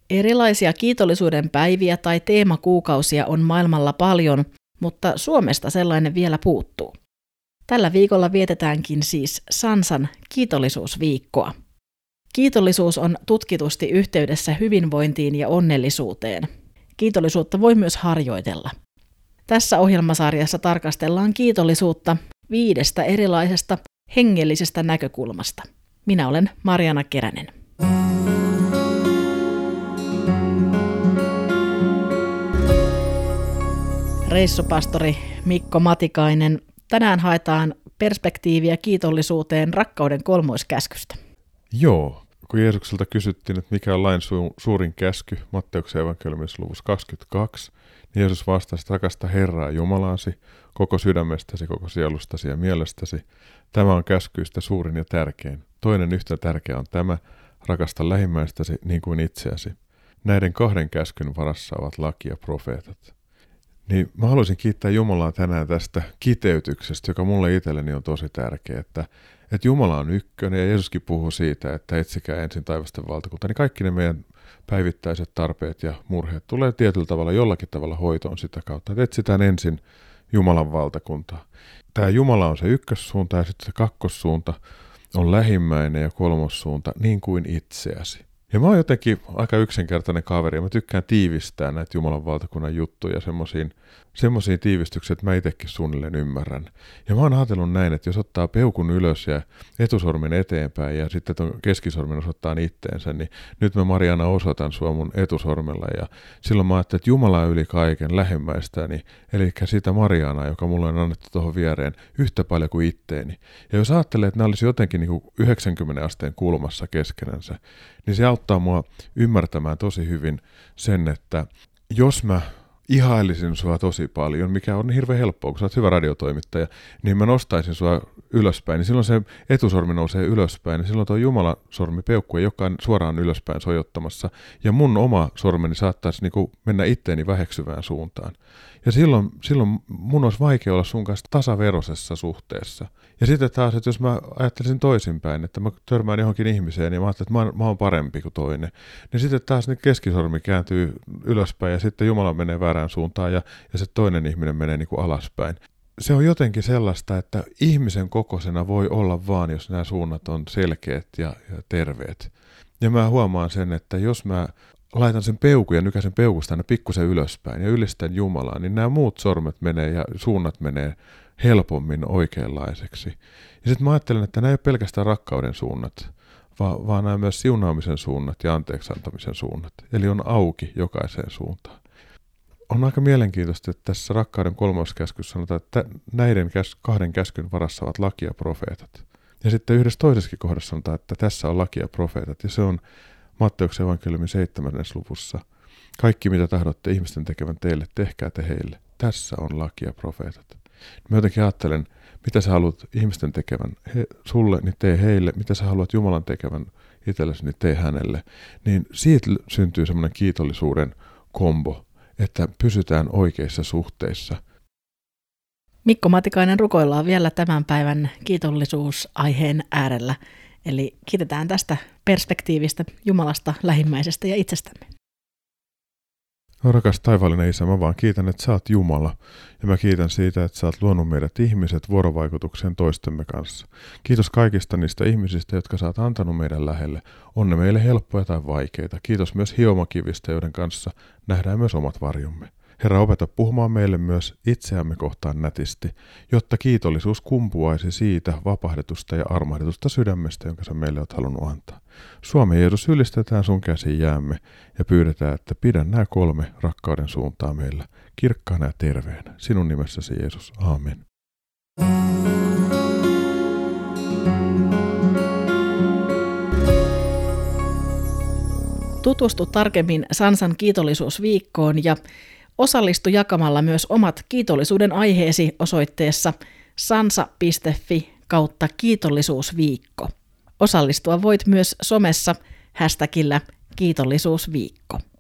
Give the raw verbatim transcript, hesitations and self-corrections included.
Erilaisia kiitollisuuden päiviä tai teemakuukausia on maailmalla paljon, mutta Suomesta sellainen vielä puuttuu. Tällä viikolla vietetäänkin siis Sansan kiitollisuusviikkoa. Kiitollisuus on tutkitusti yhteydessä hyvinvointiin ja onnellisuuteen. Kiitollisuutta voi myös harjoitella. Tässä ohjelmasarjassa tarkastellaan kiitollisuutta viidestä erilaisesta hengellisestä näkökulmasta. Minä olen Marjaana Keränen. Reissupastori Mikko Matikainen, tänään haetaan perspektiiviä kiitollisuuteen rakkauden kolmoiskäskystä. Joo, kun Jeesukselta kysyttiin, että mikä on lain su- suurin käsky, Matteuksen evankeliumissa luvussa kaksikymmentäkaksi, niin Jeesus vastasi, että rakasta Herraa Jumalaasi, koko sydämestäsi, koko sielustasi ja mielestäsi. Tämä on käskyistä suurin ja tärkein. Toinen yhtä tärkeä on tämä, rakasta lähimmäistäsi niin kuin itseäsi. Näiden kahden käskyn varassa ovat laki ja profeetat. Niin mä haluaisin kiittää Jumalaa tänään tästä kiteytyksestä, joka mulle itselleni on tosi tärkeä, että, että Jumala on ykkönen ja Jeesuskin puhuu siitä, että etsikää ensin taivasten valtakunta, niin kaikki ne meidän päivittäiset tarpeet ja murheet tulee tietyllä tavalla, jollakin tavalla hoitoon sitä kautta, että etsitään ensin Jumalan valtakuntaa. Tämä Jumala on se ykkössuunta ja sitten se kakkossuunta on lähimmäinen ja kolmossuunta niin kuin itseäsi. Ja mä oon jotenkin aika yksinkertainen kaveri ja mä tykkään tiivistää näitä Jumalan valtakunnan juttuja semmoisiin semmoisiin tiivistyksiin, että mä itsekin suunnilleen ymmärrän. Ja mä oon ajatellut näin, että jos ottaa peukun ylös ja etusormen eteenpäin ja sitten ton keskisormen osoittaa itteensä, niin nyt mä Marjaana osoitan sua mun etusormella ja silloin mä ajattelin, että Jumala yli kaiken lähimmäistäni, eli sitä Marjaanaa, joka mulle on annettu tuohon viereen yhtä paljon kuin itteeni. Ja jos ajattelee, että nämä olisi jotenkin niin kuin yhdeksänkymmentä asteen kulmassa keskenänsä, niin se auttaa mua ymmärtämään tosi hyvin sen, että jos mä ihailisin sua tosi paljon, mikä on hirveän helppoa, kun sä oot hyvä radiotoimittaja, niin mä nostaisin sua ylöspäin, niin silloin se etusormi nousee ylöspäin, niin silloin tuo Jumalan sormi peukku ei olekaan suoraan ylöspäin sojottamassa, ja mun oma sormeni saattaisi niinku mennä itteeni väheksyvään suuntaan. Ja silloin, silloin mun olisi vaikea olla sun kanssa tasaveroisessa suhteessa. Ja sitten taas, että jos mä ajattelisin toisinpäin, että mä törmään johonkin ihmiseen ja mä ajattelen, että mä oon, mä oon parempi kuin toinen, niin sitten taas niin keskisormi kääntyy ylöspäin ja sitten Jumala menee väärään suuntaan ja, ja se toinen ihminen menee niin kuin alaspäin. Se on jotenkin sellaista, että ihmisen kokoisena voi olla vaan, jos nämä suunnat on selkeät ja, ja terveet. Ja mä huomaan sen, että jos mä laitan sen peukun ja nykäisen peukusta aina pikkusen ylöspäin ja ylistän Jumalaa, niin nämä muut sormet menee ja suunnat menee helpommin oikeanlaiseksi. Ja sitten mä ajattelen, että nämä ei ole pelkästään rakkauden suunnat, vaan, vaan nämä myös siunaamisen suunnat ja anteeksiantamisen suunnat. Eli on auki jokaiseen suuntaan. On aika mielenkiintoista, että tässä rakkauden kolmoskäskyssä sanotaan, että näiden käs- kahden käskyn varassa ovat laki ja profeetat. Ja sitten yhdessä toisessakin kohdassa sanotaan, että tässä on laki ja profeetat. Ja se on Matteuksen evankeliumin seitsemännessä luvussa. Kaikki mitä tahdotte ihmisten tekevän teille, tehkää te heille. Tässä on laki ja profeetat. Mä jotenkin ajattelen, mitä sä haluat ihmisten tekevän he, sulle, niin tee heille. Mitä sä haluat Jumalan tekevän itsellesi, niin tee hänelle. Niin siitä syntyy semmoinen kiitollisuuden kombo, että pysytään oikeissa suhteissa. Mikko Matikainen, rukoillaan vielä tämän päivän kiitollisuusaiheen äärellä. Eli kiitetään tästä perspektiivistä Jumalasta, lähimmäisestä ja itsestämme. No, rakas taivaallinen Isä, mä vaan kiitän, että sä oot Jumala. Ja mä kiitän siitä, että sä oot luonut meidät ihmiset vuorovaikutukseen toistemme kanssa. Kiitos kaikista niistä ihmisistä, jotka sä oot antanut meidän lähelle. On ne meille helppoja tai vaikeita. Kiitos myös hiomakivistä, joiden kanssa nähdään myös omat varjomme. Herra, opeta puhumaan meille myös itseämme kohtaan nätisti, jotta kiitollisuus kumpuaisi siitä vapahdetusta ja armahdetusta sydämestä, jonka sä meille oot halunnut antaa. Suomi Jeesus ylistetään sun käsiin jäämme ja pyydetään, että pidä nämä kolme rakkauden suuntaa meillä kirkkaana ja terveenä. Sinun nimessäsi Jeesus. Aamen. Tutustu tarkemmin Sansan kiitollisuusviikkoon ja osallistu jakamalla myös omat kiitollisuuden aiheesi osoitteessa sansa piste fi kautta kiitollisuusviikko. Osallistua voit myös somessa hashtagillä kiitollisuusviikko.